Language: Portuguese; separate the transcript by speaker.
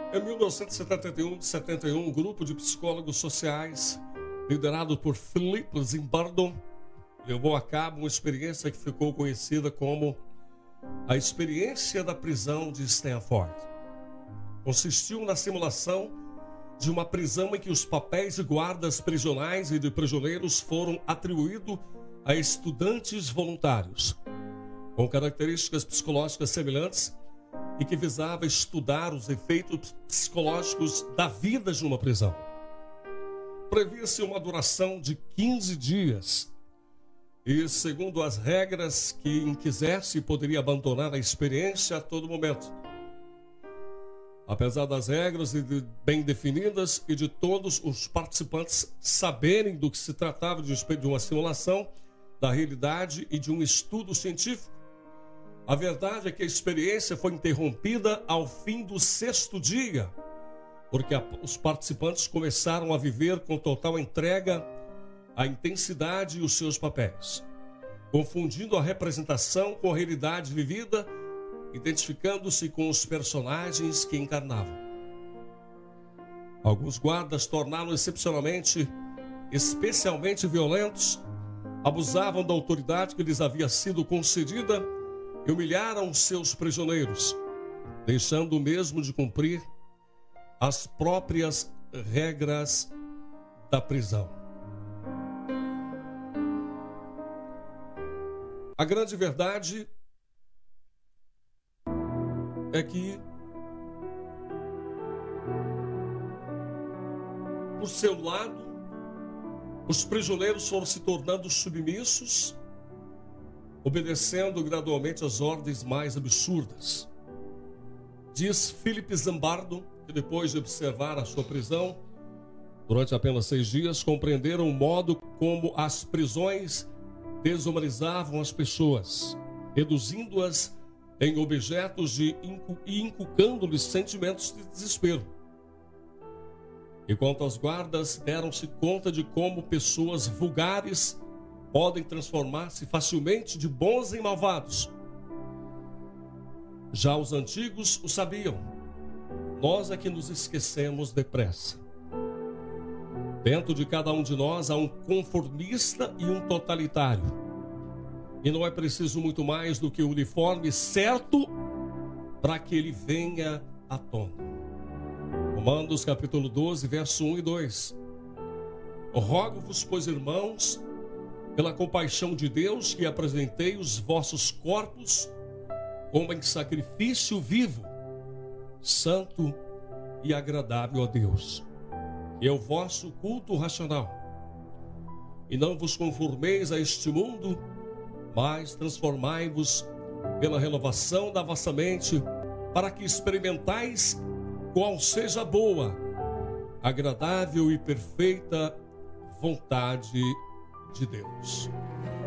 Speaker 1: Em 1971, um grupo de psicólogos sociais, liderado por Philip Zimbardo, levou a cabo uma experiência que ficou conhecida como a experiência da prisão de Stanford. Consistiu na simulação de uma prisão em que os papéis de guardas prisionais e de prisioneiros foram atribuídos a estudantes voluntários, com características psicológicas semelhantes e que visava estudar os efeitos psicológicos da vida de uma prisão. Previa-se uma duração de 15 dias e, segundo as regras, quem quisesse poderia abandonar a experiência a todo momento. Apesar das regras bem definidas e de todos os participantes saberem do que se tratava de uma simulação da realidade e de um estudo científico, a verdade é que a experiência foi interrompida ao fim do 6º dia, porque os participantes começaram a viver com total entrega a intensidade e os seus papéis, confundindo a representação com a realidade vivida, identificando-se com os personagens que encarnavam. Alguns guardas tornaram especialmente violentos, abusavam da autoridade que lhes havia sido concedida e humilharam seus prisioneiros, deixando o mesmo de cumprir as próprias regras da prisão. A grande verdade é que, por seu lado, os prisioneiros foram se tornando submissos, obedecendo gradualmente às ordens mais absurdas. Diz Philip Zimbardo que depois de observar a sua prisão, durante apenas 6 dias, compreenderam o modo como as prisões desumanizavam as pessoas, reduzindo-as em objetos e inculcando-lhes sentimentos de desespero. Enquanto as guardas deram-se conta de como pessoas vulgares podem transformar-se facilmente de bons em malvados. Já os antigos o sabiam. Nós é que nos esquecemos depressa. Dentro de cada um de nós há um conformista e um totalitário. E não é preciso muito mais do que o uniforme certo para que ele venha à tona. Romanos capítulo 12, verso 1 e 2. Rogo-vos, pois, irmãos, pela compaixão de Deus, que apresentei os vossos corpos como em sacrifício vivo, santo e agradável a Deus, que é o vosso culto racional. E não vos conformeis a este mundo, mas transformai-vos pela renovação da vossa mente, para que experimentais qual seja a boa, agradável e perfeita vontade de Deus.